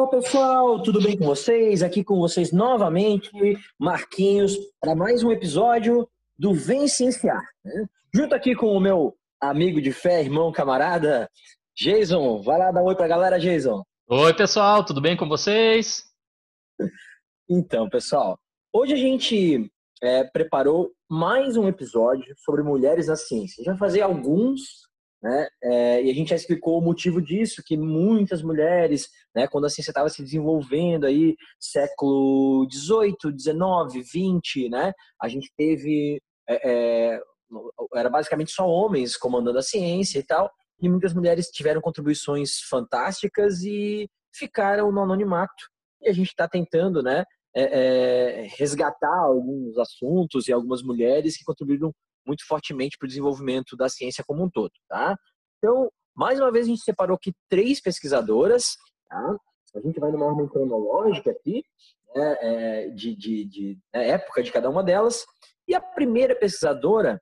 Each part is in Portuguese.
Fala pessoal, tudo bem com vocês? Aqui com vocês novamente, Marquinhos, para mais um episódio do Vem Cienciar, né? Junto aqui com o meu amigo de fé, irmão, camarada, Jason. Vai lá dar um oi pra galera, Jason. Oi, pessoal, tudo bem com vocês? Então, pessoal, hoje a gente preparou mais um episódio sobre mulheres na ciência. A gente vai fazer alguns, né? E a gente já explicou o motivo disso, que muitas mulheres, né, quando a ciência estava se desenvolvendo aí, século XVIII, XIX, XX, né, a gente teve, era basicamente só homens comandando a ciência e tal, e muitas mulheres tiveram contribuições fantásticas e ficaram no anonimato. E a gente está tentando, né, resgatar alguns assuntos e algumas mulheres que contribuíram muito fortemente para o desenvolvimento da ciência como um todo, tá? Então, mais uma vez, a gente separou aqui 3 pesquisadoras, tá? A gente vai numa ordem cronológica aqui, né, de época de cada uma delas. E a primeira pesquisadora,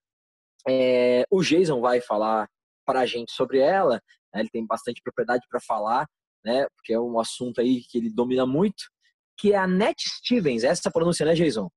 o Jason vai falar para a gente sobre ela, né? Ele tem bastante propriedade para falar, né? Porque é um assunto aí que ele domina muito, que é a Annette Stevens. Essa pronúncia, né, Jason?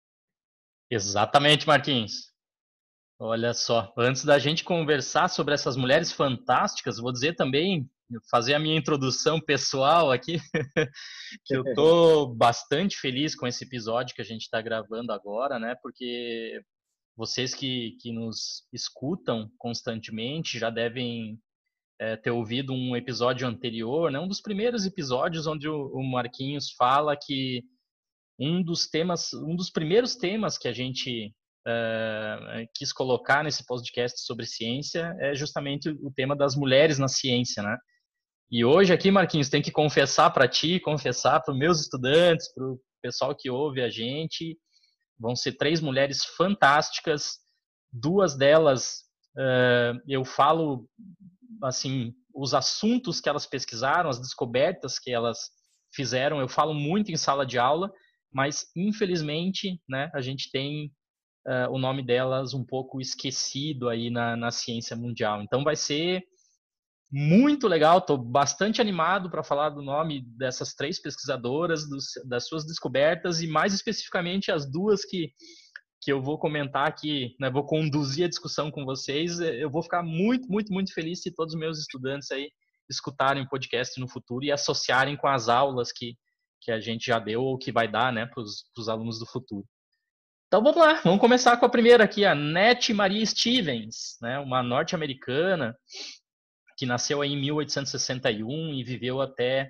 Exatamente, Marquinhos. Olha só, antes da gente conversar sobre essas mulheres fantásticas, vou dizer também, fazer a minha introdução pessoal aqui, que eu tô bastante feliz com esse episódio que a gente está gravando agora, né? Porque vocês que nos escutam constantemente já devem ter ouvido um episódio anterior, né? Um dos primeiros episódios onde o Marquinhos fala que um dos primeiros temas que a gente quis colocar nesse podcast sobre ciência é justamente o tema das mulheres na ciência, né? E hoje aqui, Marquinhos, tem que confessar para ti, confessar para os meus estudantes, para o pessoal que ouve a gente, vão ser 3 mulheres fantásticas, 2 delas eu falo assim, os assuntos que elas pesquisaram, as descobertas que elas fizeram, eu falo muito em sala de aula, mas infelizmente, né, a gente tem o nome delas um pouco esquecido aí na ciência mundial. Então vai ser muito legal, estou bastante animado para falar do nome dessas 3 pesquisadoras, das suas descobertas e mais especificamente as 2 que eu vou comentar aqui, né, vou conduzir a discussão com vocês. Eu vou ficar muito, muito, muito feliz se todos os meus estudantes aí escutarem o podcast no futuro e associarem com as aulas que a gente já deu ou que vai dar, né, para os alunos do futuro. Então vamos lá, vamos começar com a primeira aqui, a Annette Marie Stevens, né, uma norte-americana que nasceu aí em 1861 e viveu até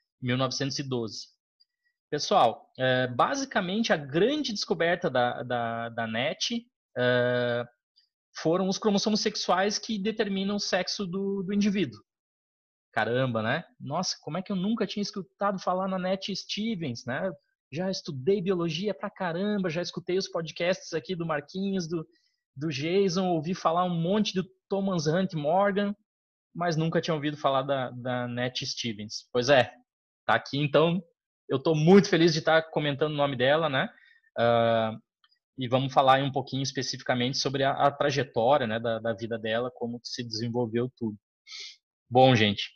1912. Pessoal, basicamente a grande descoberta da NET foram os cromossomos sexuais que determinam o sexo do indivíduo. Caramba, né? Nossa, como é que eu nunca tinha escutado falar na Annette Stevens, né? Já estudei biologia pra caramba, já escutei os podcasts aqui do Marquinhos, do Jason, ouvi falar um monte do Thomas Hunt Morgan, mas nunca tinha ouvido falar da Annette Stevens. Pois é, tá aqui então. Eu estou muito feliz de estar comentando o nome dela, né? E vamos falar aí um pouquinho especificamente sobre a trajetória, né, da vida dela, como se desenvolveu tudo. Bom, gente,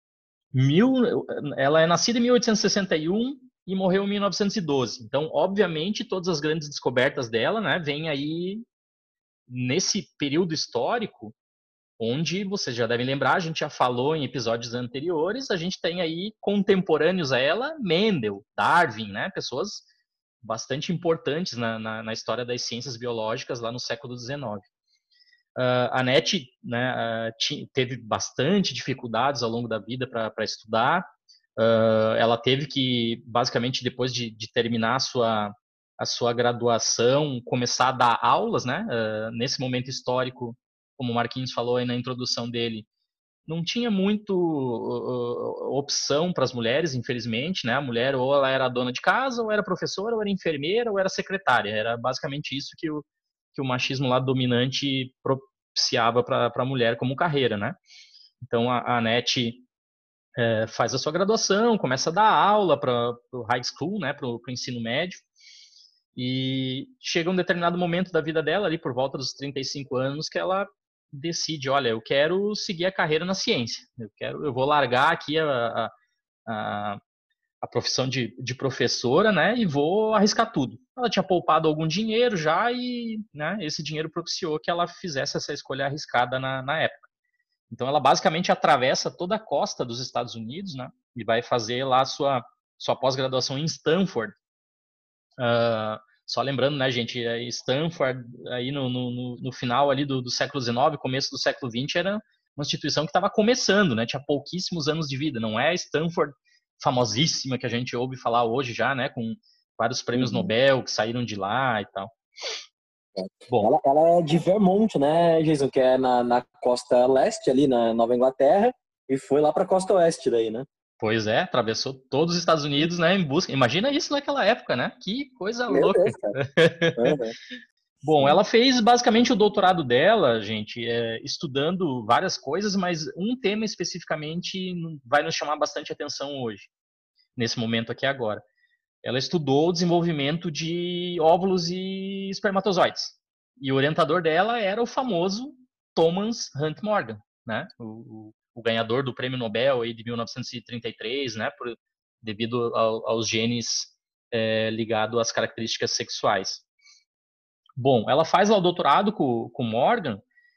ela é nascida em 1861 e morreu em 1912. Então, obviamente, todas as grandes descobertas dela, né, vêm aí nesse período histórico, onde vocês já devem lembrar, a gente já falou em episódios anteriores, a gente tem aí contemporâneos a ela, Mendel, Darwin, né, pessoas bastante importantes na história das ciências biológicas lá no século XIX. A Annette, né, teve bastante dificuldades ao longo da vida para estudar. Ela teve que, basicamente, depois de terminar a sua graduação, começar a dar aulas, né? Nesse momento histórico, como o Marquinhos falou aí na introdução dele, não tinha muito opção para as mulheres, infelizmente, né? A mulher ou ela era dona de casa, ou era professora, ou era enfermeira, ou era secretária. Era basicamente isso que o machismo lá dominante propiciava para a mulher como carreira, né? Então a Annette faz a sua graduação, começa a dar aula para o high school, né? Para o ensino médio. E chega um determinado momento da vida dela, ali por volta dos 35 anos, que ela decide, olha, eu quero seguir a carreira na ciência. Eu vou largar aqui a profissão de professora, né, e vou arriscar tudo. Ela tinha poupado algum dinheiro já e, né, esse dinheiro propiciou que ela fizesse essa escolha arriscada na época. Então, ela basicamente atravessa toda a costa dos Estados Unidos, né, e vai fazer lá a sua pós-graduação em Stanford. Só lembrando, né, gente, Stanford, aí no final ali do século XIX, começo do século XX, era uma instituição que estava começando, né, tinha pouquíssimos anos de vida, não é Stanford famosíssima que a gente ouve falar hoje já, né, com vários prêmios Nobel que saíram de lá e tal. Bom, ela é de Vermont, né, Jason, que é na costa leste, ali na Nova Inglaterra, e foi lá para a costa oeste daí, né? Pois é, atravessou todos os Estados Unidos, né, em busca. Imagina isso naquela época, né? Que coisa Meu louca. Deus, cara. Bom, ela fez basicamente o doutorado dela, gente, estudando várias coisas, mas um tema especificamente vai nos chamar bastante atenção hoje, nesse momento aqui agora. Ela estudou o desenvolvimento de óvulos e espermatozoides. E o orientador dela era o famoso Thomas Hunt Morgan, né? O ganhador do Prêmio Nobel aí de 1933, né? Devido aos genes ligados às características sexuais. Bom, ela faz lá o doutorado com Morgan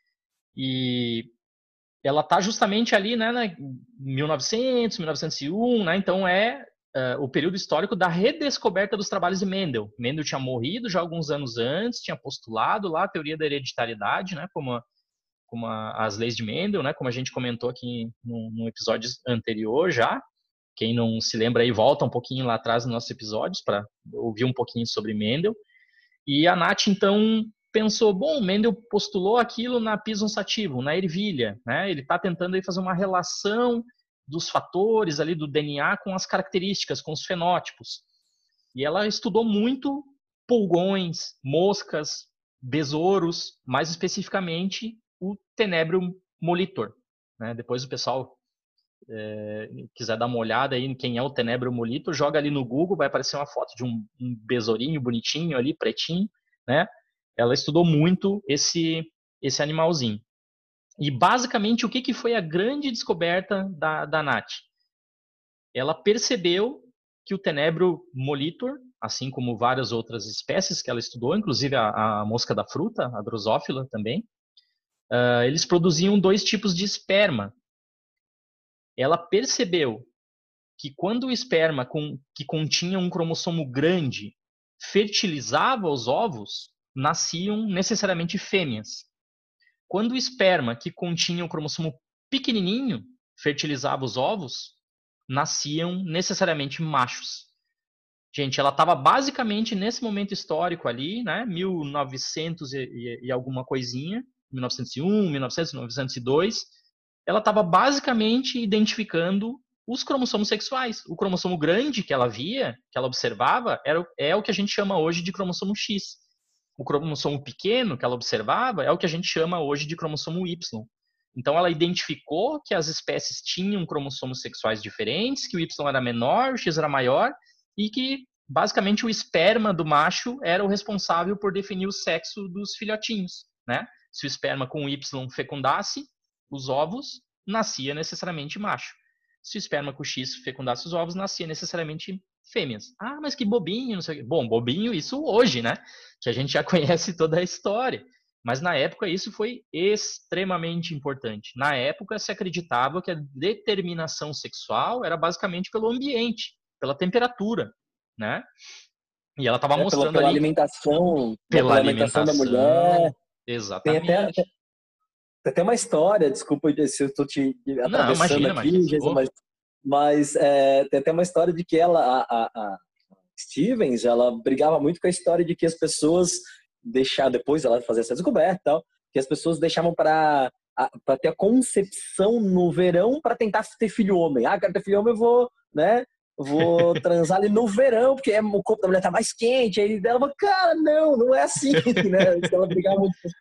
e ela está justamente ali, né, 1900, 1901, né? Então o período histórico da redescoberta dos trabalhos de Mendel. Mendel tinha morrido já alguns anos antes, tinha postulado lá a teoria da hereditariedade, né, como as leis de Mendel, né, como a gente comentou aqui no episódio anterior já. Quem não se lembra aí, volta um pouquinho lá atrás nos nossos episódios para ouvir um pouquinho sobre Mendel. E a Nath, então, pensou, bom, Mendel postulou aquilo na Pison sativum, na ervilha, né? Ele está tentando aí fazer uma relação dos fatores ali do DNA com as características, com os fenótipos. E ela estudou muito pulgões, moscas, besouros, mais especificamente o Tenebrium molitor. Né? Depois o pessoal quiser dar uma olhada aí em quem é o Tenebrium molitor, joga ali no Google, vai aparecer uma foto de um besourinho bonitinho ali, pretinho, né? Ela estudou muito esse animalzinho. E basicamente o que foi a grande descoberta da Nath? Ela percebeu que o Tenebrium molitor, assim como várias outras espécies que ela estudou, inclusive a mosca da fruta, a Drosophila também, eles produziam 2 tipos de esperma. Ela percebeu que quando o esperma que continha um cromossomo grande fertilizava os ovos, nasciam necessariamente fêmeas. Quando o esperma que continha um cromossomo pequenininho fertilizava os ovos, nasciam necessariamente machos. Gente, ela estava basicamente nesse momento histórico ali, né, 1900 e alguma coisinha, 1901, 1900, 1902, ela estava basicamente identificando os cromossomos sexuais. O cromossomo grande que ela via, que ela observava, é o que a gente chama hoje de cromossomo X. O cromossomo pequeno que ela observava é o que a gente chama hoje de cromossomo Y. Então ela identificou que as espécies tinham cromossomos sexuais diferentes, que o Y era menor, o X era maior, e que basicamente o esperma do macho era o responsável por definir o sexo dos filhotinhos, né? Se o esperma com Y fecundasse os ovos, nascia necessariamente macho. Se o esperma com X fecundasse os ovos, nascia necessariamente fêmeas. Ah, mas que bobinho, não sei o quê. Bom, bobinho isso hoje, né? Que a gente já conhece toda a história. Mas na época isso foi extremamente importante. Na época se acreditava que a determinação sexual era basicamente pelo ambiente, pela temperatura, né? E ela estava mostrando pela ali alimentação, pela pela alimentação da mulher. alimentação, Tem exatamente. até uma história, desculpa se eu estou te Não, atravessando imagina. aqui, Jason, mas tem até uma história de que a Stevens, ela brigava muito com a história de que as pessoas depois ela fazer essa descoberta e tal, que as pessoas deixavam para ter a concepção no verão para tentar ter filho homem. Ah, quero ter filho homem, eu vou, né? Vou transar ali no verão, porque o corpo da mulher tá mais quente. Aí ela falou, cara, não é assim, né? Ela brigava muito com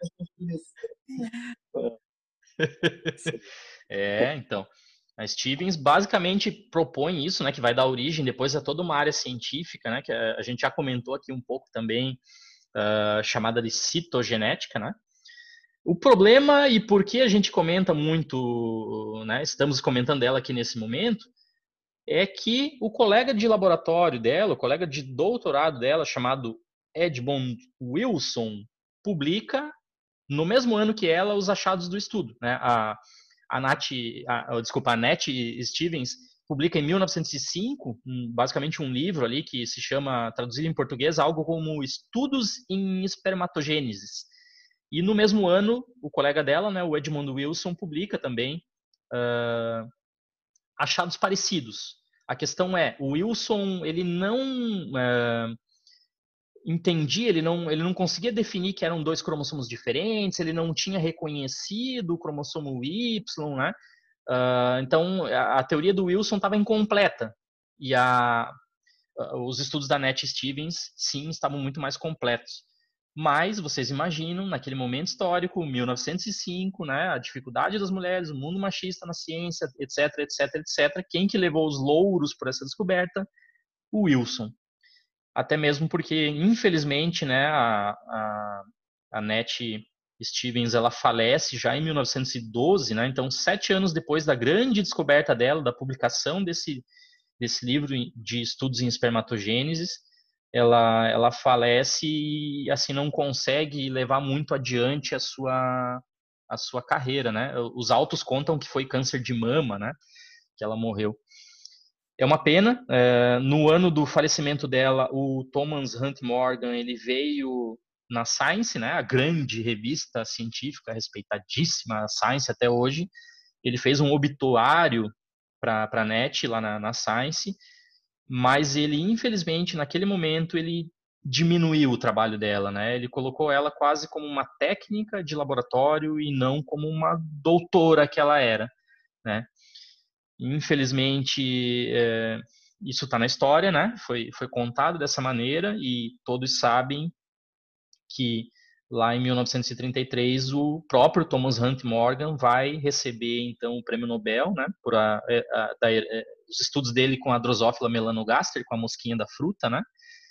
as pessoas. Então. A Stevens basicamente propõe isso, né, que vai dar origem depois a toda uma área científica, né, que a gente já comentou aqui um pouco também, chamada de citogenética, né. O problema e por que a gente comenta muito, né, estamos comentando dela aqui nesse momento, é que o colega de laboratório dela, o colega de doutorado dela, chamado Edmund Wilson, publica no mesmo ano que ela os achados do estudo, né? A Nat Stevens publica em 1905, basicamente um livro ali que se chama, traduzido em português, algo como Estudos em Espermatogênesis. E no mesmo ano, o colega dela, né, o Edmund Wilson, publica também achados parecidos. A questão é, o Wilson, ele não entendia, ele não conseguia definir que eram dois cromossomos diferentes, ele não tinha reconhecido o cromossomo Y, né? Então, a teoria do Wilson estava incompleta. E os estudos da Nat Stevens, sim, estavam muito mais completos. Mas, vocês imaginam, naquele momento histórico, 1905, né, a dificuldade das mulheres, o mundo machista na ciência, etc, etc, etc. Quem que levou os louros por essa descoberta? O Wilson. Até mesmo porque, infelizmente, né, a Nat Stevens, ela falece já em 1912, né? Então, 7 anos depois da grande descoberta dela, da publicação desse livro de estudos em espermatogênesis, ela falece e, assim, não consegue levar muito adiante a sua carreira, né? Os autos contam que foi câncer de mama, né? Que ela morreu. É uma pena. No ano do falecimento dela, o Thomas Hunt Morgan, ele veio na Science, né, a grande revista científica respeitadíssima, a Science até hoje. Ele fez um obituário para a NET lá na Science, mas ele, infelizmente, naquele momento, ele diminuiu o trabalho dela, né? Ele colocou ela quase como uma técnica de laboratório e não como uma doutora que ela era, né? Infelizmente, isso está na história, né? Foi contado dessa maneira e todos sabem que lá em 1933 o próprio Thomas Hunt Morgan vai receber então o prêmio Nobel, né? Por os estudos dele com a Drosophila melanogaster, com a mosquinha da fruta, né?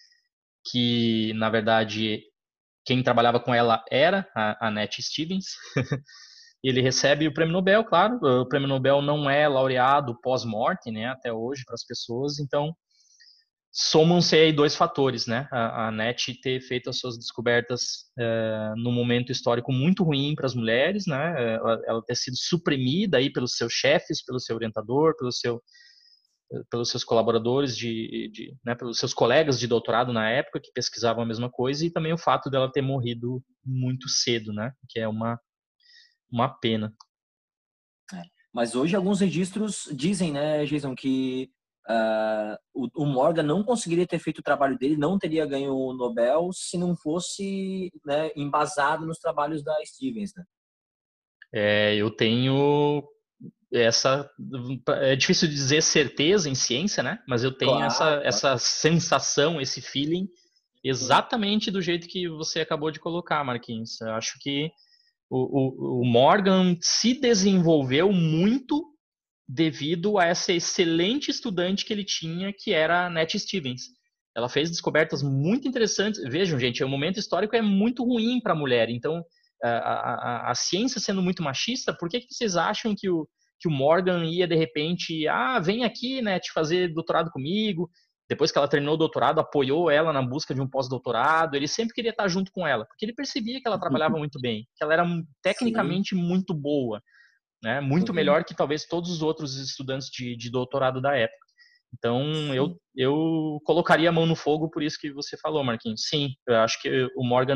Que na verdade quem trabalhava com ela era a Nat Stevens. Ele recebe o prêmio Nobel, claro. O prêmio Nobel não é laureado pós-morte, né, até hoje para as pessoas. Então, somam-se aí dois fatores, né? A NET ter feito as suas descobertas num momento histórico muito ruim para as mulheres, né? Ela ter sido suprimida aí pelos seus chefes, pelo seu orientador, pelos seus colaboradores, né, pelos seus colegas de doutorado na época que pesquisavam a mesma coisa, e também o fato dela ter morrido muito cedo, né? Que é uma pena. Mas hoje alguns registros dizem, né, Jason, que o Morgan não conseguiria ter feito o trabalho dele, não teria ganho o Nobel se não fosse, né, embasado nos trabalhos da Stevens, né? Eu tenho essa... É difícil dizer certeza em ciência, né? Mas eu tenho Claro, claro. essa sensação, esse feeling, exatamente do jeito que você acabou de colocar, Marquinhos. Eu acho que o Morgan se desenvolveu muito devido a essa excelente estudante que ele tinha, que era a Nat Stevens. Ela fez descobertas muito interessantes. Vejam, gente, o momento histórico é muito ruim para a mulher. Então, a ciência sendo muito machista, por que vocês acham que o Morgan ia, de repente, vem aqui, né, te fazer doutorado comigo? Depois que ela terminou o doutorado, apoiou ela na busca de um pós-doutorado. Ele sempre queria estar junto com ela, porque ele percebia que ela trabalhava muito bem, que ela era Sim. tecnicamente muito boa, né? Muito Uhum. melhor que talvez todos os outros estudantes de doutorado da época. Então, Sim. eu colocaria a mão no fogo por isso que você falou, Marquinhos. Sim, eu acho que o Morgan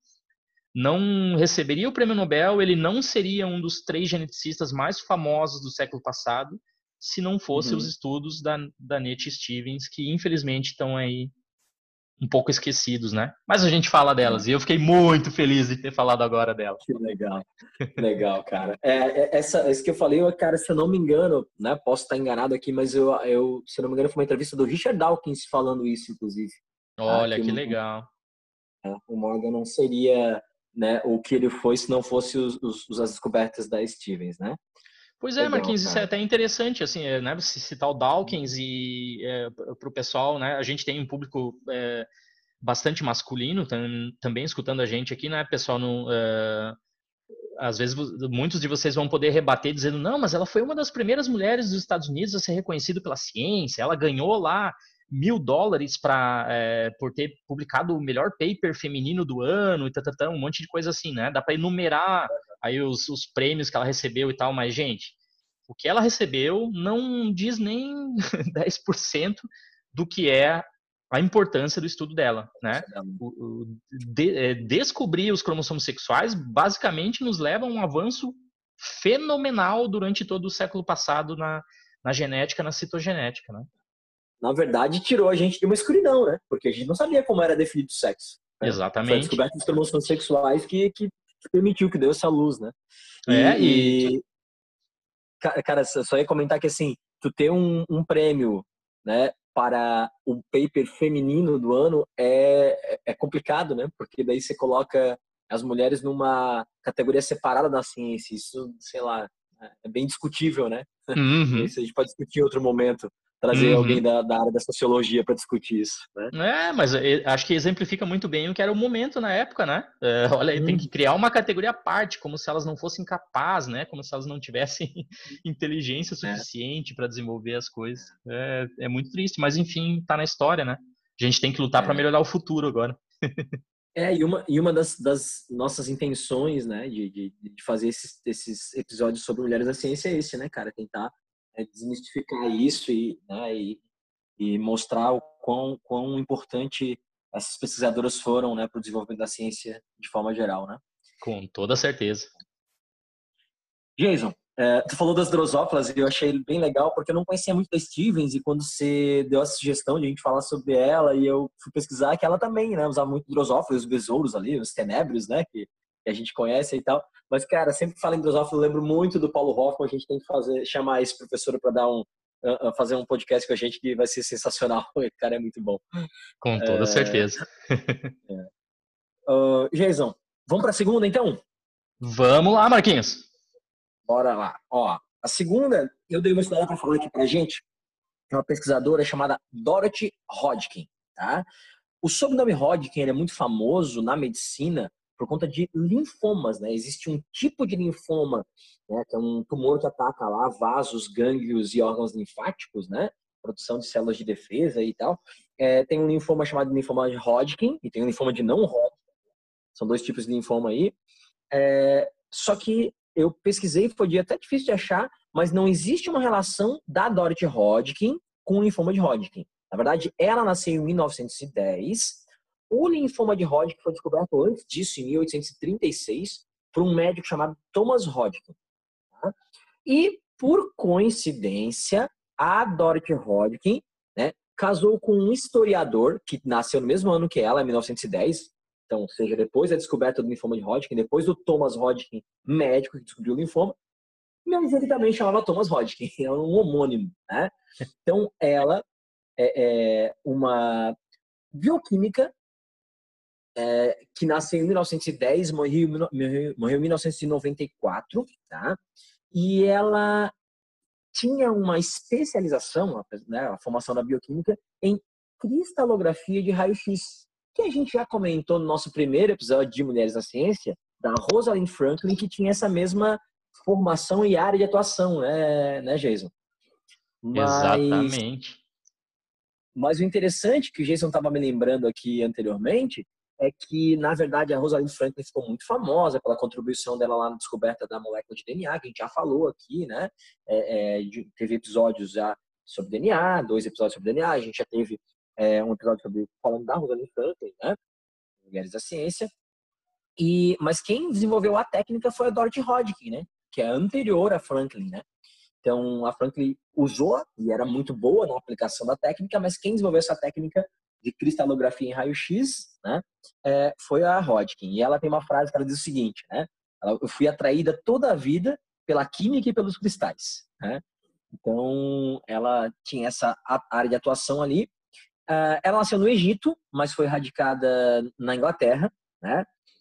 não receberia o prêmio Nobel, ele não seria um dos 3 geneticistas mais famosos do século passado se não fosse os Uhum. estudos da Nat Stevens, que infelizmente estão aí um pouco esquecidos, né? Mas a gente fala delas, e eu fiquei muito feliz de ter falado agora dela. Que legal. Legal, cara. Essa que eu falei, cara, se eu não me engano, né? Posso estar enganado aqui, mas se eu não me engano, foi uma entrevista do Richard Dawkins falando isso, inclusive. Tá? Olha, Que que legal. o Morgan não seria, né, o que ele foi se não fosse as descobertas da Stevens, né? Pois é, Legal, Marquinhos, isso é cara. até interessante, assim, né, você citar o Dawkins e para o pessoal, né, a gente tem um público bastante masculino também escutando a gente aqui, né, pessoal às vezes muitos de vocês vão poder rebater dizendo, não, mas ela foi uma das primeiras mulheres dos Estados Unidos a ser reconhecida pela ciência, ela ganhou lá $1.000 por ter publicado o melhor paper feminino do ano, e um monte de coisa assim, né? Dá para enumerar aí os prêmios que ela recebeu e tal, mas, gente, o que ela recebeu não diz nem 10% do que é a importância do estudo dela, né? Descobrir os cromossomos sexuais basicamente nos leva a um avanço fenomenal durante todo o século passado na genética, na citogenética, né? Na verdade, tirou a gente de uma escuridão, né? Porque a gente não sabia como era definido o sexo. Né? Exatamente. Foi a descoberta dos cromossomos sexuais que permitiu, que deu essa luz, né? Cara, só ia comentar que, assim, tu ter um prêmio, né, para o paper feminino do ano é complicado, né? Porque daí você coloca as mulheres numa categoria separada da ciência. Isso, sei lá, é bem discutível, né? Uhum. Isso a gente pode discutir em outro momento. Trazer alguém da área da sociologia para discutir isso, né? Mas acho que exemplifica muito bem o que era o momento na época, né? Olha aí, tem que criar uma categoria à parte, como se elas não fossem capazes, né? Como se elas não tivessem inteligência suficiente para desenvolver as coisas. É muito triste, mas enfim, tá na história, né? A gente tem que lutar para melhorar o futuro agora. E uma das nossas intenções, né, de fazer esses episódios sobre mulheres na ciência é esse, né, cara? Tentar desmistificar isso e mostrar o quão importante essas pesquisadoras foram, né, para o desenvolvimento da ciência de forma geral, né? Com toda certeza. Jason, tu falou das drosófilas e eu achei bem legal porque eu não conhecia muito da Stevens e quando você deu a sugestão de a gente falar sobre ela e eu fui pesquisar que ela também, né, usava muito drosófilas, os besouros ali, os tenébrios, né, que a gente conhece e tal. Mas, cara, sempre que falo em drosófila, eu lembro muito do Paulo Hoffman, a gente tem que chamar esse professor para fazer um podcast com a gente que vai ser sensacional. O cara é muito bom. Com toda certeza. Jason, vamos para a segunda, então? Vamos lá, Marquinhos. Bora lá. Ó, a segunda, eu dei uma estudada para falar aqui pra gente, é uma pesquisadora chamada Dorothy Hodgkin, tá? O sobrenome Hodgkin ele é muito famoso na medicina por conta de linfomas, né? Existe um tipo de linfoma, né, que é um tumor que ataca lá vasos, gânglios e órgãos linfáticos, né? Produção de células de defesa e tal. Tem um linfoma chamado linfoma de Hodgkin e tem um linfoma de não Hodgkin. São dois tipos de linfoma aí. Só que eu pesquisei, foi até difícil de achar, mas não existe uma relação da Dorothy Hodgkin com o linfoma de Hodgkin. Na verdade, ela nasceu em 1910. O linfoma de Hodgkin foi descoberto antes disso, em 1836, por um médico chamado Thomas Hodgkin. Tá? E, por coincidência, a Dorothy Hodgkin, né, casou com um historiador que nasceu no mesmo ano que ela, em 1910. Então, ou seja, depois da descoberta do linfoma de Hodgkin, depois do Thomas Hodgkin, médico que descobriu o linfoma, mas ele também chamava Thomas Hodgkin, é um homônimo, né? Então, ela é uma bioquímica que nasceu em 1910, morreu em 1994, tá? E ela tinha uma especialização, né, a formação da bioquímica, em cristalografia de raio-x, que a gente já comentou no nosso primeiro episódio de Mulheres na Ciência, da Rosalind Franklin, que tinha essa mesma formação e área de atuação, né, Jason? Exatamente. Mas o interessante que o Jason estava me lembrando aqui anteriormente é que, na verdade, a Rosalind Franklin ficou muito famosa pela contribuição dela lá na descoberta da molécula de DNA, que a gente já falou aqui, né? Teve episódios já sobre DNA, 2 episódios sobre DNA, a gente já teve um episódio falando da Rosalind Franklin, né? Mulheres da Ciência. Mas quem desenvolveu a técnica foi a Dorothy Hodgkin, né? Que é anterior a Franklin, né? Então, a Franklin usou e era muito boa na aplicação da técnica, mas quem desenvolveu essa técnica de cristalografia em raio-x, né, foi a Hodgkin. E ela tem uma frase que ela diz o seguinte, né? Eu fui atraída toda a vida pela química e pelos cristais, né? Então, ela tinha essa área de atuação ali. Ela nasceu no Egito, mas foi radicada na Inglaterra, né?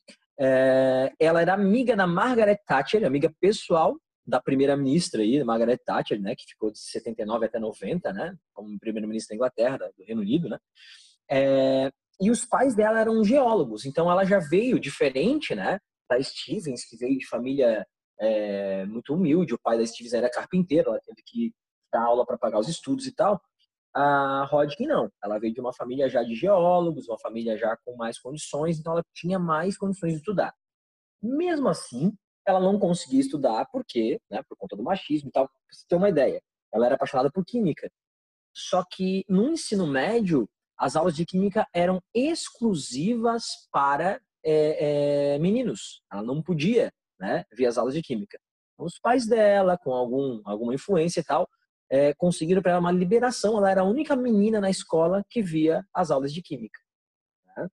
Ela era amiga da Margaret Thatcher, amiga pessoal da primeira-ministra aí, Margaret Thatcher, né, que ficou de 79 até 90, né, como primeira-ministra da Inglaterra, do Reino Unido, né, e os pais dela eram geólogos, então ela já veio diferente, né, da Stevens, que veio de família muito humilde. O pai da Stevens era carpinteiro, ela teve que dar aula para pagar os estudos e tal. A Hodgkin não, ela veio de uma família já de geólogos, uma família já com mais condições, então ela tinha mais condições de estudar. Mesmo assim, ela não conseguia estudar porque, né, por conta do machismo e tal. Pra você ter uma ideia, ela era apaixonada por química. Só que no ensino médio, as aulas de química eram exclusivas para meninos. Ela não podia, né, ver as aulas de química. Os pais dela, com alguma influência e tal, conseguiram para ela uma liberação. Ela era a única menina na escola que via as aulas de química, né?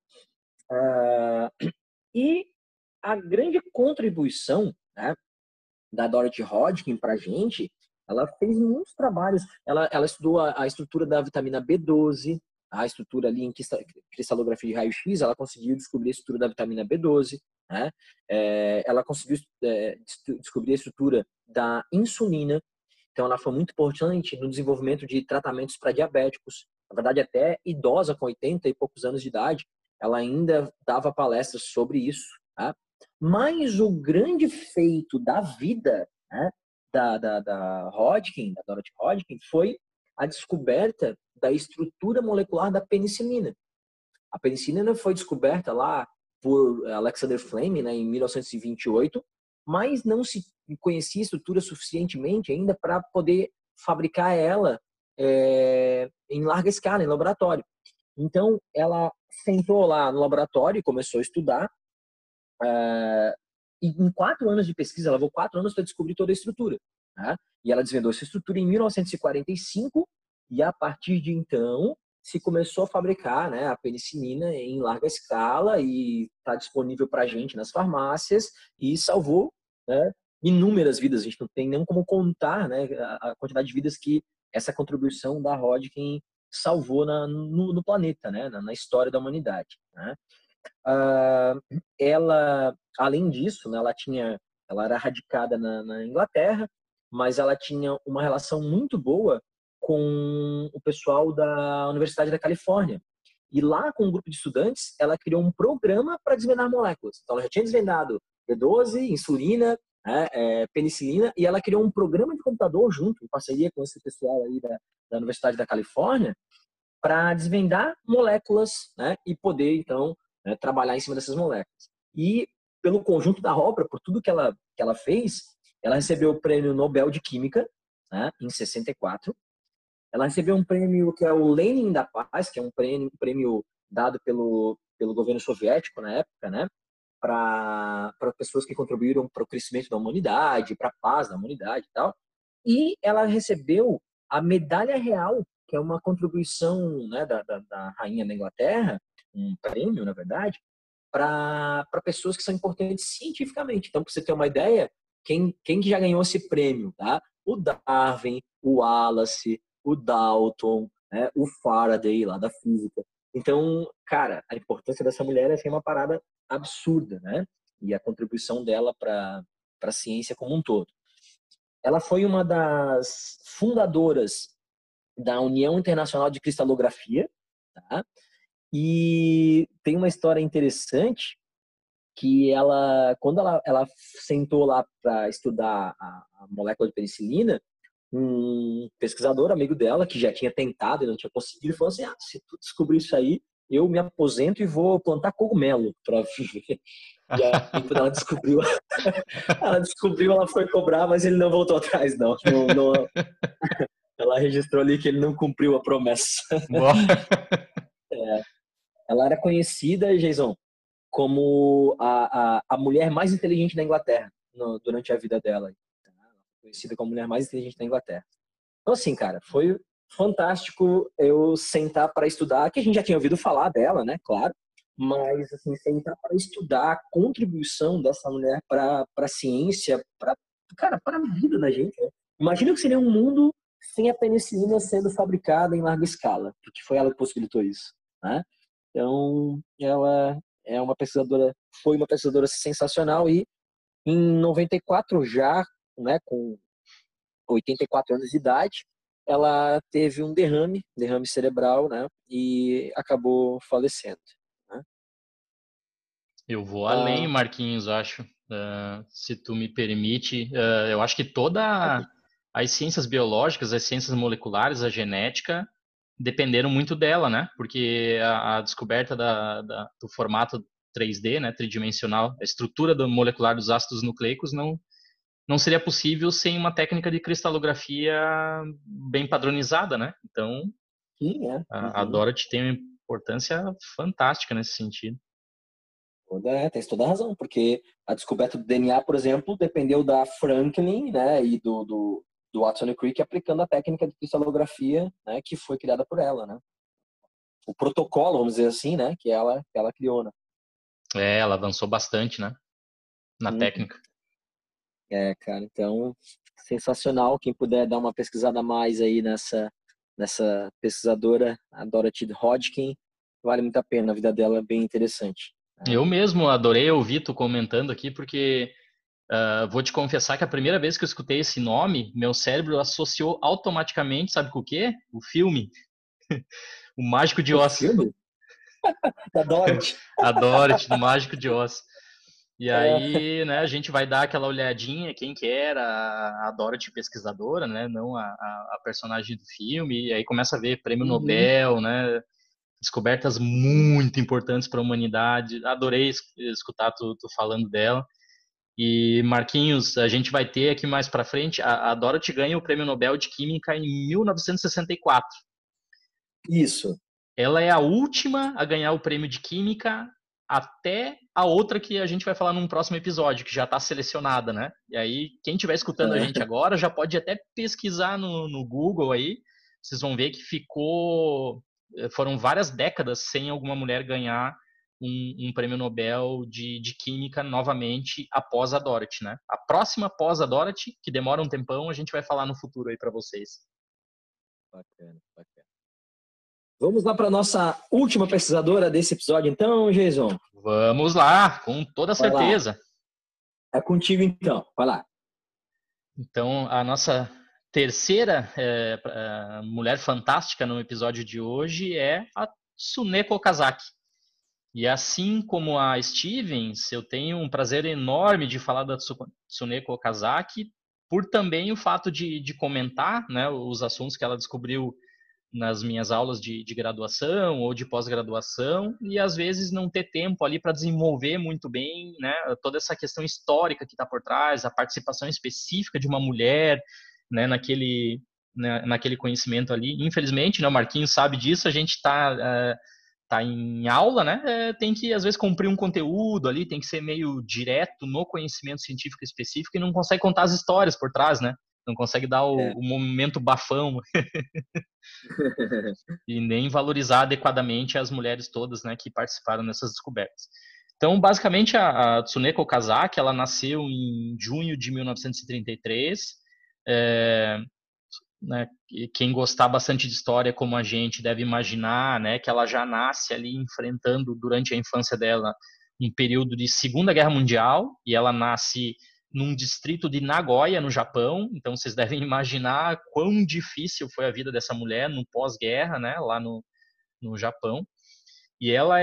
E a grande contribuição, né, da Dorothy Hodgkin para a gente, ela fez muitos trabalhos. Ela estudou a estrutura da vitamina B12, a estrutura ali em cristalografia de raio-x, ela conseguiu descobrir a estrutura da vitamina B12, né? Ela conseguiu descobrir a estrutura da insulina. Então, ela foi muito importante no desenvolvimento de tratamentos para diabéticos. Na verdade, até idosa, com 80 e poucos anos de idade, ela ainda dava palestras sobre isso. Tá? Mas o grande feito da vida, né, da Hodgkin, da Dorothy Hodgkin, foi a descoberta da estrutura molecular da penicilina. A penicilina foi descoberta lá por Alexander Fleming, né, em 1928, mas não se conhecia estrutura suficientemente ainda para poder fabricar ela em larga escala, em laboratório. Então, ela sentou lá no laboratório e começou a estudar. E em 4 anos de pesquisa, ela levou 4 anos para descobrir toda a estrutura. Né? E ela desvendou essa estrutura em 1945, e a partir de então se começou a fabricar, né, a penicilina em larga escala e está disponível para a gente nas farmácias e salvou, né, inúmeras vidas. A gente não tem nem como contar, né, a quantidade de vidas que essa contribuição da Hodgkin salvou no planeta, né, na história da humanidade. Né? Ela, além disso, né, ela era radicada na Inglaterra, mas ela tinha uma relação muito boa com o pessoal da Universidade da Califórnia. E lá, com um grupo de estudantes, ela criou um programa para desvendar moléculas. Então, ela já tinha desvendado B12, insulina, né, penicilina, e ela criou um programa de computador junto, em parceria com esse pessoal aí da Universidade da Califórnia, para desvendar moléculas, né, e poder, então, né, trabalhar em cima dessas moléculas. E, pelo conjunto da obra, por tudo que ela fez, ela recebeu o Prêmio Nobel de Química, né, em 64. Ela recebeu um prêmio que é o Lenin da Paz, que é um prêmio dado pelo governo soviético na época, né, para pessoas que contribuíram para o crescimento da humanidade, para a paz da humanidade e tal. E ela recebeu a Medalha Real, que é uma contribuição, né, da rainha da Inglaterra, um prêmio, na verdade, para pessoas que são importantes cientificamente. Então, para você ter uma ideia, quem que já ganhou esse prêmio? Tá? O Darwin, o Wallace, o Dalton, né, o Faraday, lá da física. Então, cara, a importância dessa mulher é assim, uma parada absurda, né? E a contribuição dela para a ciência como um todo. Ela foi uma das fundadoras da União Internacional de Cristalografia, tá? E tem uma história interessante que quando ela sentou lá para estudar a molécula de penicilina, um pesquisador amigo dela, que já tinha tentado e não tinha conseguido, falou assim, se tu descobrir isso aí, eu me aposento e vou plantar cogumelo para viver. E aí, quando ela descobriu, ela foi cobrar, mas ele não voltou atrás, não. Ela registrou ali que ele não cumpriu a promessa. Ela era conhecida, Jason, como a mulher mais inteligente da Inglaterra durante a vida dela. Conhecida como a mulher mais inteligente da Inglaterra. Então, assim, cara, foi fantástico eu sentar para estudar, que a gente já tinha ouvido falar dela, né, claro, mas, assim, sentar para estudar a contribuição dessa mulher para a ciência, para a vida da gente. Né? Imagina que seria um mundo sem a penicilina sendo fabricada em larga escala, porque foi ela que possibilitou isso, né? Então, ela foi uma pesquisadora sensacional e em 94 já, né, com 84 anos de idade, ela teve um derrame cerebral, né, e acabou falecendo. Né? Eu vou além, Ah, Marquinhos, acho. Se tu me permite, eu acho que toda as ciências biológicas, as ciências moleculares, a genética, dependeram muito dela, né? Porque a descoberta do formato 3D, né, tridimensional, a estrutura molecular dos ácidos nucleicos não seria possível sem uma técnica de cristalografia bem padronizada, né? Então, sim, é. a Uhum. Dorothy tem uma importância fantástica nesse sentido. Tem toda a razão, porque a descoberta do DNA, por exemplo, dependeu da Franklin, né, e do Watson e Crick aplicando a técnica de cristalografia, né, que foi criada por ela, né? O protocolo, vamos dizer assim, né, que ela criou, né? Ela avançou bastante, né, na Uhum. técnica. Cara, então, sensacional. Quem puder dar uma pesquisada a mais aí nessa pesquisadora, a Dorothy Hodgkin, vale muito a pena. A vida dela é bem interessante, né? Eu mesmo adorei ouvir tu comentando aqui, porque vou te confessar que a primeira vez que eu escutei esse nome, meu cérebro associou automaticamente, sabe com o quê? O filme, O Mágico de O Oz. filme da Dorothy. A Dorothy, do Mágico de Oz. E É, aí, né, a gente vai dar aquela olhadinha quem que era a Dorothy pesquisadora, né, não a personagem do filme, e aí começa a ver prêmio uhum. Nobel, né, descobertas muito importantes para a humanidade. Adorei escutar tu falando dela. E Marquinhos, a gente vai ter aqui mais para frente, a Dorothy ganha o prêmio Nobel de Química em 1964. Isso. Ela é a última a ganhar o prêmio de Química até a outra que a gente vai falar num próximo episódio, que já está selecionada, né? E aí, quem estiver escutando a gente É. agora já pode até pesquisar no Google aí. Vocês vão ver que foram várias décadas sem alguma mulher ganhar um prêmio Nobel de Química novamente após a Dorothy, né? A próxima após a Dorothy, que demora um tempão, a gente vai falar no futuro aí para vocês. Bacana, bacana. Vamos lá para nossa última pesquisadora desse episódio, então, Jason. Vamos lá, com toda Vai lá. certeza. É contigo, então. Vai lá. Então, a nossa terceira mulher fantástica no episódio de hoje é a Tsuneko Okazaki. E assim como a Stevens, eu tenho um prazer enorme de falar da Tsuneko Okazaki, por também o fato de comentar, né, os assuntos que ela descobriu nas minhas aulas de graduação ou de pós-graduação e às vezes não ter tempo ali para desenvolver muito bem, né, toda essa questão histórica que está por trás, a participação específica de uma mulher, né, naquele conhecimento ali. Infelizmente, né, o Marquinhos sabe disso, a gente tá em aula, né, tem que às vezes cumprir um conteúdo ali, tem que ser meio direto no conhecimento científico específico e não consegue contar as histórias por trás, né? Não consegue dar É. o momento bafão e nem valorizar adequadamente as mulheres todas, né, que participaram dessas descobertas. Então, basicamente, a Tsuneko Okazaki, ela nasceu em junho de 1933. É, né, quem gostar bastante de história como a gente deve imaginar, né, que ela já nasce ali enfrentando durante a infância dela um período de Segunda Guerra Mundial e ela nasce num distrito de Nagoya, no Japão. Então vocês devem imaginar quão difícil foi a vida dessa mulher no pós-guerra, né, lá no Japão. E ela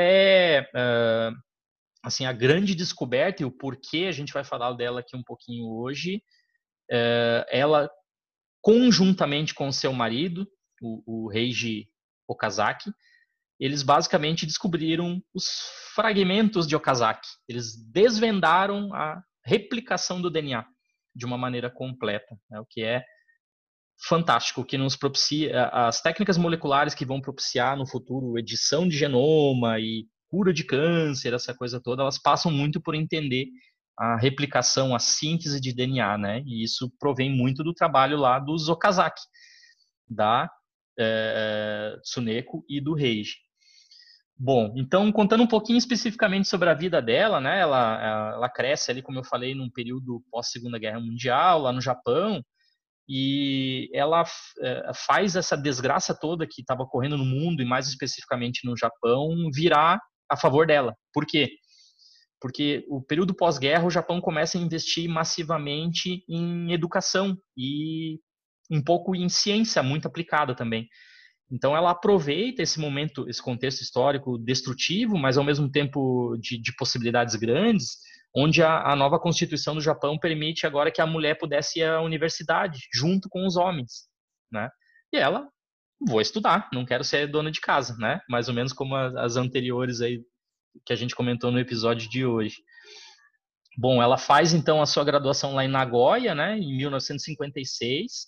assim, a grande descoberta e o porquê a gente vai falar dela aqui um pouquinho hoje. Ela conjuntamente com seu marido, o Reiji Okazaki, eles basicamente descobriram os fragmentos de Okazaki. Eles desvendaram a replicação do DNA de uma maneira completa, né, o que é fantástico, que nos propicia as técnicas moleculares que vão propiciar no futuro edição de genoma e cura de câncer, essa coisa toda, elas passam muito por entender a replicação, a síntese de DNA, né? E isso provém muito do trabalho lá dos Okazaki, da Tsuneko e do Reiji. Bom, então contando um pouquinho especificamente sobre a vida dela, né? Ela cresce ali, como eu falei, num período pós Segunda Guerra Mundial, lá no Japão, e ela faz essa desgraça toda que estava ocorrendo no mundo e mais especificamente no Japão virar a favor dela. Por quê? Porque o período pós-guerra o Japão começa a investir massivamente em educação e um pouco em ciência muito aplicada também. Então ela aproveita esse momento, esse contexto histórico destrutivo, mas ao mesmo tempo de possibilidades grandes, onde a nova Constituição do Japão permite agora que a mulher pudesse ir à universidade junto com os homens, né? E ela, vou estudar, não quero ser dona de casa, né? Mais ou menos como as anteriores aí que a gente comentou no episódio de hoje. Bom, ela faz então a sua graduação lá em Nagoya, né, em 1956,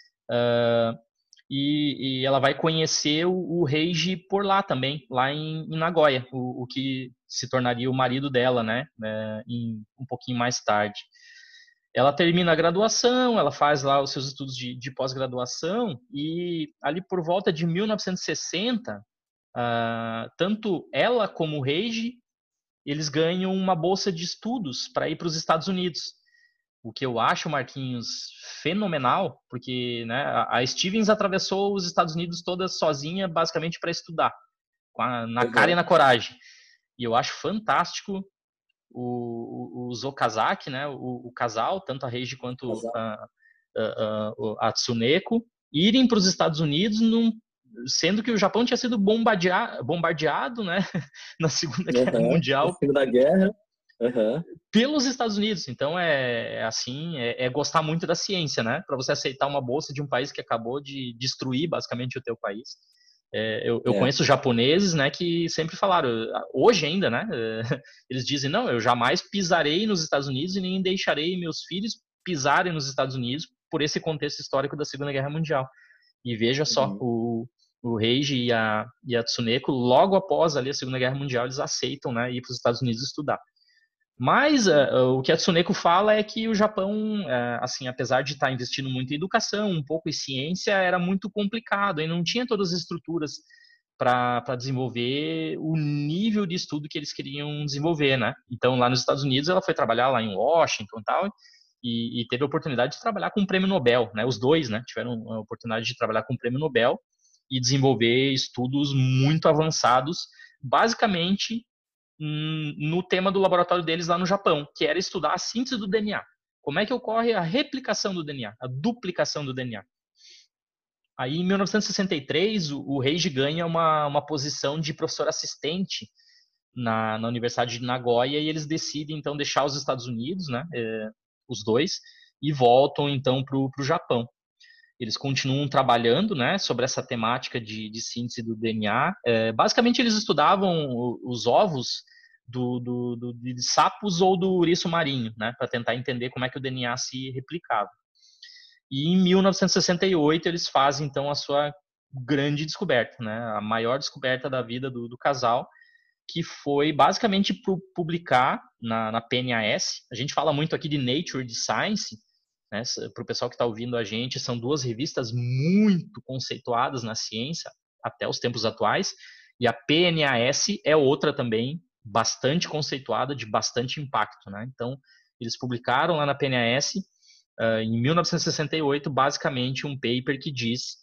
e ela vai conhecer o Reiji por lá também, lá em Nagoya, o que se tornaria o marido dela, né, um pouquinho mais tarde. Ela termina a graduação, ela faz lá os seus estudos de pós-graduação, e ali por volta de 1960, tanto ela como o Reiji, eles ganham uma bolsa de estudos para ir para os Estados Unidos. O que eu acho, Marquinhos, fenomenal, porque, né, a Stevens atravessou os Estados Unidos toda sozinha, basicamente para estudar, na cara e na coragem. E eu acho fantástico os Okazaki, né, o casal, tanto a Reiji quanto a Tsuneko, irem para os Estados Unidos, sendo que o Japão tinha sido bombardeado, né, na Segunda Guerra Na Mundial Segunda Guerra. pelos Estados Unidos. Então é gostar muito da ciência, né? Para você aceitar uma bolsa de um país que acabou de destruir basicamente o teu país. Eu conheço japoneses, né, que sempre falaram, hoje ainda, né, eles dizem, não, eu jamais pisarei nos Estados Unidos e nem deixarei meus filhos pisarem nos Estados Unidos por esse contexto histórico da Segunda Guerra Mundial. E veja só, o Reiji e a Tsuneko, logo após ali a Segunda Guerra Mundial, eles aceitam, né, ir para os Estados Unidos estudar. Mas o que a Tsuneko fala é que o Japão, assim, apesar de estar investindo muito em educação, um pouco em ciência, era muito complicado e não tinha todas as estruturas para desenvolver o nível de estudo que eles queriam desenvolver, né? Então, lá nos Estados Unidos, ela foi trabalhar lá em Washington e tal, e teve a oportunidade de trabalhar com o Prêmio Nobel, né? Os dois, né? Tiveram a oportunidade de trabalhar com o Prêmio Nobel e desenvolver estudos muito avançados, basicamente no tema do laboratório deles lá no Japão, que era estudar a síntese do DNA. Como é que ocorre a replicação do DNA, a duplicação do DNA. Aí, em 1963, o Reiji ganha uma posição de professor assistente na Universidade de Nagoya e eles decidem, então, deixar os Estados Unidos, né, os dois, e voltam, então, para o Japão. Eles continuam trabalhando, né, sobre essa temática de síntese do DNA. Basicamente, eles estudavam os ovos de sapos ou do ouriço marinho, né, para tentar entender como é que o DNA se replicava. E em 1968 eles fazem então a sua grande descoberta, né, a maior descoberta da vida do casal, que foi basicamente publicar na PNAS. A gente fala muito aqui de Nature, de Science, né, para o pessoal que está ouvindo a gente, são duas revistas muito conceituadas na ciência até os tempos atuais, e a PNAS é outra também bastante conceituada, de bastante impacto, né? Então, eles publicaram lá na PNAS, em 1968, basicamente um paper que diz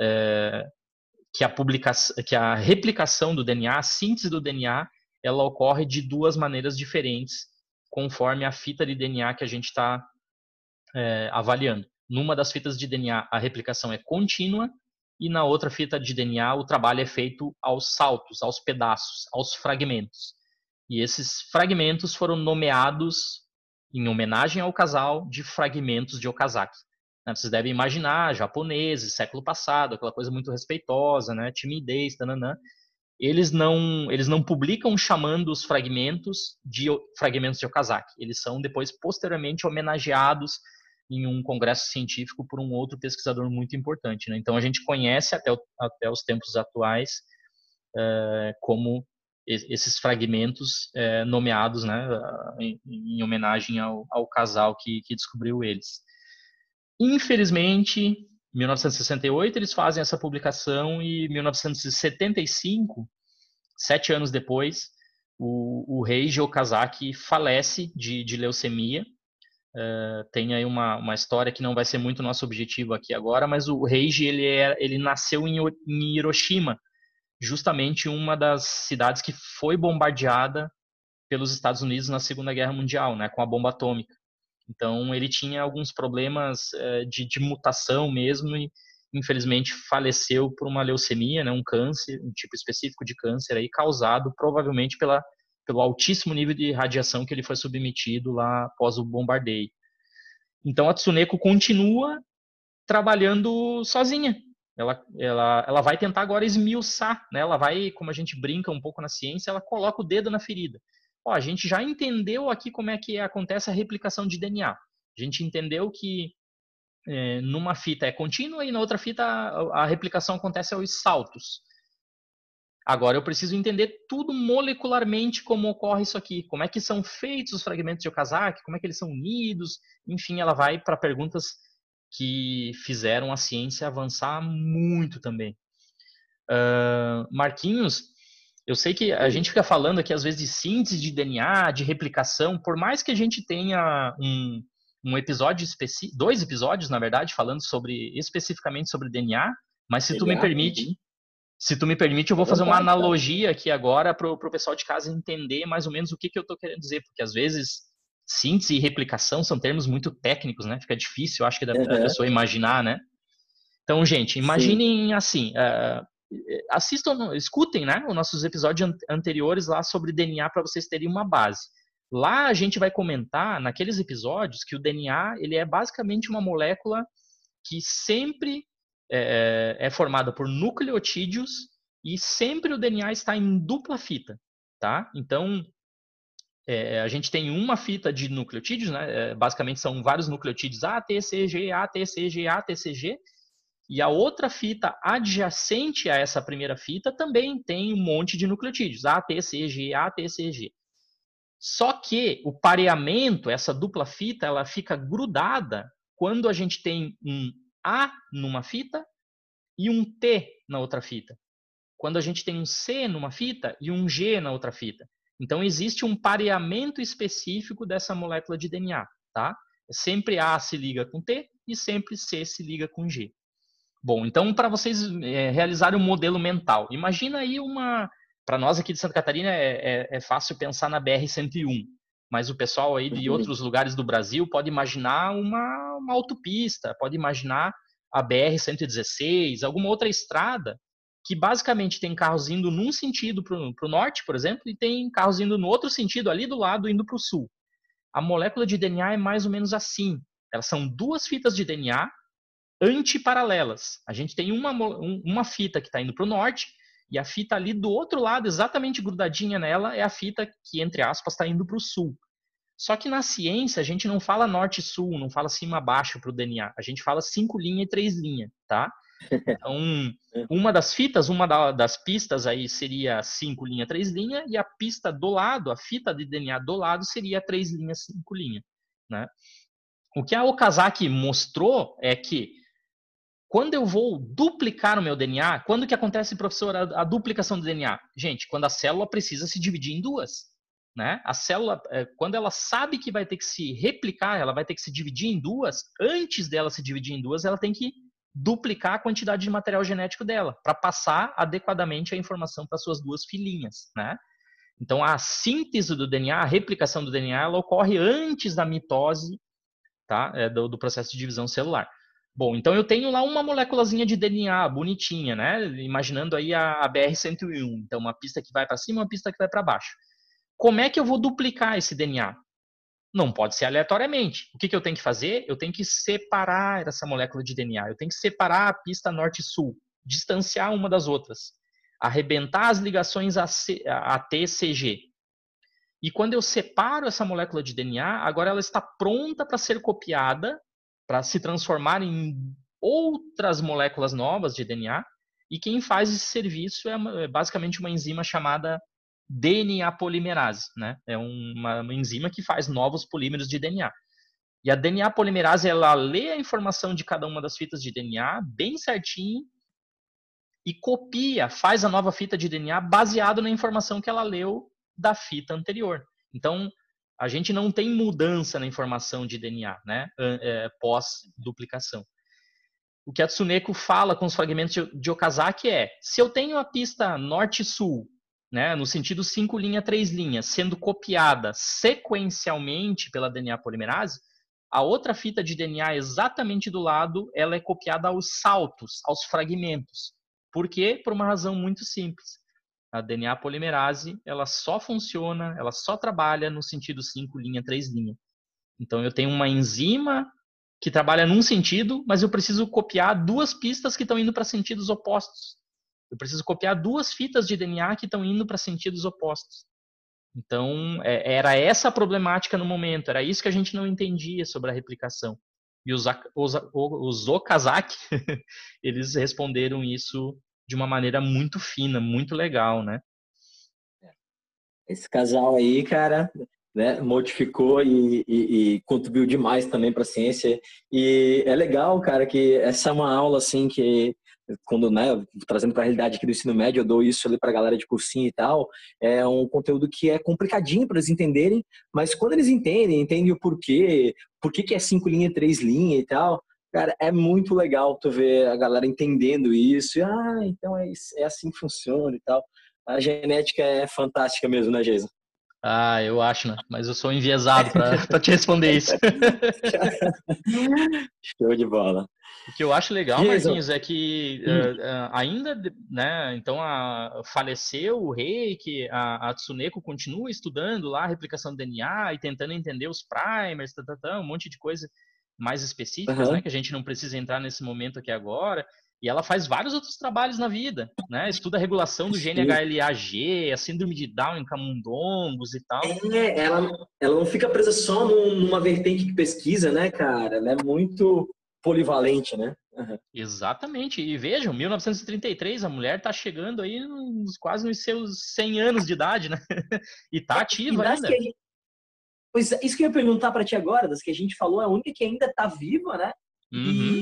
que a replicação do DNA, a síntese do DNA, ela ocorre de duas maneiras diferentes, conforme a fita de DNA que a gente está avaliando. Numa das fitas de DNA, a replicação é contínua, e na outra fita de DNA, o trabalho é feito aos saltos, aos pedaços, aos fragmentos. E esses fragmentos foram nomeados, em homenagem ao casal, de fragmentos de Okazaki. Vocês devem imaginar, japoneses, século passado, aquela coisa muito respeitosa, né? Timidez, tananã. Eles não publicam chamando os fragmentos de Okazaki. Eles são depois, posteriormente, homenageados em um congresso científico por um outro pesquisador muito importante, né? Então a gente conhece até os tempos atuais como esses fragmentos nomeados, né, em homenagem ao casal que descobriu eles. Infelizmente, em 1968 eles fazem essa publicação e em 1975, 7 anos depois, o Reiji Okazaki falece de leucemia. Tem aí uma história que não vai ser muito nosso objetivo aqui agora, mas o Reiji ele nasceu em Hiroshima, justamente uma das cidades que foi bombardeada pelos Estados Unidos na Segunda Guerra Mundial, né, com a bomba atômica. Então ele tinha alguns problemas de mutação mesmo infelizmente faleceu por uma leucemia, né, um câncer, um tipo específico de câncer aí, causado provavelmente pelo altíssimo nível de radiação que ele foi submetido lá após o bombardeio. Então a Tsuneko continua trabalhando sozinha. Ela vai tentar agora esmiuçar, né? Ela vai, como a gente brinca um pouco na ciência, ela coloca o dedo na ferida. Ó, a gente já entendeu aqui como é que acontece a replicação de DNA. A gente entendeu que numa fita é contínua e na outra fita a replicação acontece aos saltos. Agora eu preciso entender tudo molecularmente como ocorre isso aqui, como é que são feitos os fragmentos de Okazaki, como é que eles são unidos, enfim, ela vai para perguntas que fizeram a ciência avançar muito também. Marquinhos, eu sei que a gente fica falando aqui às vezes de síntese de DNA, de replicação, por mais que a gente tenha um episódio específico, 2 episódios, na verdade, falando especificamente sobre DNA, mas se tu me permite, eu vou fazer uma analogia aqui agora para o pessoal de casa entender mais ou menos o que eu estou querendo dizer, porque às vezes síntese e replicação são termos muito técnicos, né? Fica difícil, eu acho, da pessoa imaginar, né? Então, gente, imaginem assim, assistam, escutem, né, os nossos episódios anteriores lá sobre DNA para vocês terem uma base. Lá a gente vai comentar, naqueles episódios, que o DNA ele é basicamente uma molécula que sempre é formada por nucleotídeos e sempre o DNA está em dupla fita, tá? Então, a gente tem uma fita de nucleotídeos, né? Basicamente são vários nucleotídeos A, T, C, G, A, T, C, G, A, T, C, G. E a outra fita adjacente a essa primeira fita também tem um monte de nucleotídeos, A, T, C, G, A, T, C, G. Só que o pareamento, essa dupla fita, ela fica grudada quando a gente tem um A numa fita e um T na outra fita. Quando a gente tem um C numa fita e um G na outra fita. Então, existe um pareamento específico dessa molécula de DNA, tá? Sempre A se liga com T e sempre C se liga com G. Bom, então, para vocês realizarem um modelo mental, imagina aí para nós aqui de Santa Catarina é fácil pensar na BR-101, mas o pessoal aí de outros lugares do Brasil pode imaginar uma autopista, pode imaginar a BR-116, alguma outra estrada que basicamente tem carros indo num sentido para o norte, por exemplo, e tem carros indo no outro sentido, ali do lado, indo para o sul. A molécula de DNA é mais ou menos assim. Elas são 2 fitas de DNA antiparalelas. A gente tem uma fita que está indo para o norte e a fita ali do outro lado, exatamente grudadinha nela, é a fita que, entre aspas, está indo para o sul. Só que na ciência a gente não fala norte-sul, não fala cima-baixo para o DNA. A gente fala 5 linha e 3 linha, tá? Então, uma das fitas, das pistas aí seria 5 linha, 3 linha, e a pista do lado, a fita de DNA do lado seria 3 linha, 5 linha, né? O que a Okazaki mostrou é que quando eu vou duplicar o meu DNA, quando que acontece, professor, a duplicação do DNA? Gente, quando a célula precisa se dividir em 2. Né? A célula, quando ela sabe que vai ter que se replicar, ela vai ter que se dividir em 2, antes dela se dividir em 2, ela tem que duplicar a quantidade de material genético dela, para passar adequadamente a informação para suas 2 filhinhas. Né? Então, a síntese do DNA, a replicação do DNA, ela ocorre antes da mitose, tá? Do processo de divisão celular. Bom, então eu tenho lá uma moléculazinha de DNA bonitinha, né? Imaginando aí a BR-101. Então, uma pista que vai para cima, uma pista que vai para baixo. Como é que eu vou duplicar esse DNA? Não pode ser aleatoriamente. O que eu tenho que fazer? Eu tenho que separar essa molécula de DNA. Eu tenho que separar a pista norte-sul, distanciar uma das outras, arrebentar as ligações AT-CG. E quando eu separo essa molécula de DNA, agora ela está pronta para ser copiada, para se transformar em outras moléculas novas de DNA. E quem faz esse serviço é basicamente uma enzima chamada DNA polimerase, né? É uma enzima que faz novos polímeros de DNA. E a DNA polimerase, ela lê a informação de cada uma das fitas de DNA bem certinho e copia, faz a nova fita de DNA baseado na informação que ela leu da fita anterior. Então, a gente não tem mudança na informação de DNA, né? Pós-duplicação. O que a Tsuneko fala com os fragmentos de Okazaki se eu tenho a pista norte-sul, né, no sentido 5 linha, 3 linhas, sendo copiada sequencialmente pela DNA polimerase, A outra fita de DNA exatamente do lado, ela é copiada aos saltos, aos fragmentos. Por quê? Por uma razão muito simples. A DNA polimerase, ela só funciona, ela só trabalha no sentido 5 linha, 3 linha. Então eu tenho uma enzima que trabalha num sentido, mas eu preciso copiar duas pistas que estão indo para sentidos opostos. Eu preciso copiar duas fitas de DNA que estão indo para sentidos opostos. Então, era essa a problemática no momento, era isso que a gente não entendia sobre a replicação. E os Okazaki, eles responderam isso de uma maneira muito fina, muito legal, né? Esse casal aí, cara, né, modificou e contribuiu demais também para a ciência. E é legal, cara, que essa é uma aula assim que quando, né, trazendo para a realidade aqui do ensino médio, eu dou isso ali para a galera de cursinho e tal, é um conteúdo que é complicadinho para eles entenderem, mas quando eles entendem o porquê, por que é 5 linhas, 3 linhas e tal, cara, é muito legal tu ver a galera entendendo isso, e, então é assim que funciona e tal. A genética é fantástica mesmo, né, Jason? Ah, eu acho, né? Mas eu sou enviesado para te responder isso. Show de bola. O que eu acho legal, Jason, Marquinhos, é que ainda, né, então faleceu o rei, que a Tsuneko continua estudando lá a replicação do DNA e tentando entender os primers, um monte de coisa mais específicas, né, uhum. que a gente não precisa entrar nesse momento aqui agora. E ela faz vários outros trabalhos na vida, né? Estuda a regulação do gene Sim. HLA-G, a síndrome de Down em camundongos e tal. Ela não fica presa só numa vertente de pesquisa, né, cara? Ela é muito polivalente, né? Uhum. Exatamente. E vejam, 1933, a mulher está chegando aí quase nos seus 100 anos de idade, né? E está E ativa das que ainda. a gente, pois isso que eu ia perguntar para ti agora, das que a gente falou, é a única que ainda tá viva, né? Uhum.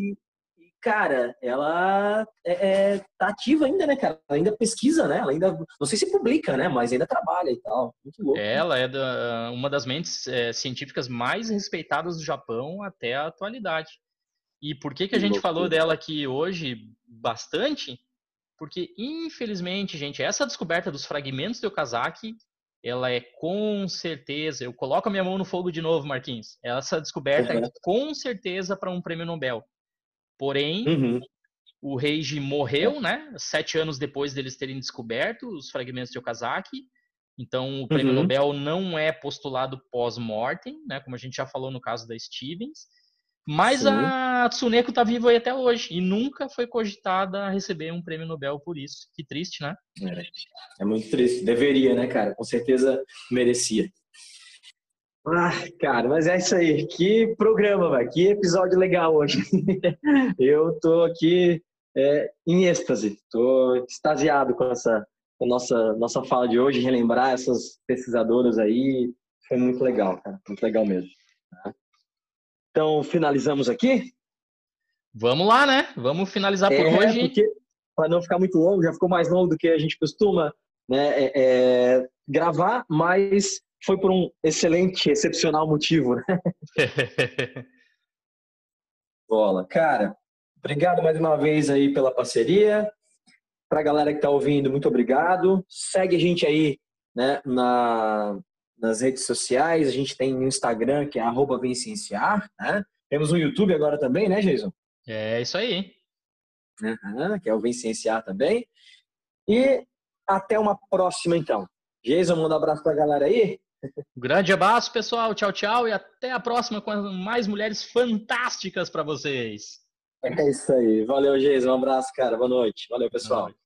Cara, ela tá ativa ainda, né, cara? Ela ainda pesquisa, né? Ela ainda, não sei se publica, né? Mas ainda trabalha e tal. Muito louco. Ela é uma das mentes científicas mais respeitadas do Japão até a atualidade. E por que Que a gente falou loucura. dela aqui hoje bastante? Porque, infelizmente, gente, essa descoberta dos fragmentos de Okazaki, ela é com certeza, eu coloco a minha mão no fogo de novo, Marquinhos, essa descoberta é com certeza para um prêmio Nobel. Porém, Uhum. o Reiji morreu, É. né? 7 anos depois deles terem descoberto os fragmentos de Okazaki. Então, o prêmio Uhum. Nobel não é postulado pós-mortem, né? Como a gente já falou no caso da Stevens. Mas Sim. a Tsuneko está viva aí até hoje e nunca foi cogitada a receber um prêmio Nobel por isso. Que triste, né? É muito triste. Deveria, né, cara? Com certeza merecia. Cara, mas é isso aí. Que programa, velho. Que episódio legal hoje. Eu tô aqui em êxtase. Tô extasiado com essa com a nossa fala de hoje, relembrar essas pesquisadoras aí. Foi muito legal, cara. Muito legal mesmo. Então, finalizamos aqui? Vamos lá, né? Vamos finalizar por hoje. Porque para não ficar muito longo, já ficou mais longo do que a gente costuma, né, gravar, mas foi por um excelente, excepcional motivo, né? Bola. Cara, obrigado mais uma vez aí pela parceria. Para a galera que está ouvindo, muito obrigado. Segue a gente aí, né, nas redes sociais. A gente tem no Instagram, que é @VemCienciar, né? Temos o YouTube agora também, né, Jason? É isso aí. Uhum, que é o Vem Cienciar também. E até uma próxima, então. Jason, manda um abraço para a galera aí. Um grande abraço, pessoal. Tchau, tchau. E até a próxima com mais mulheres fantásticas para vocês. É isso aí. Valeu, Jason. Um abraço, cara. Boa noite. Valeu, Boa pessoal. noite.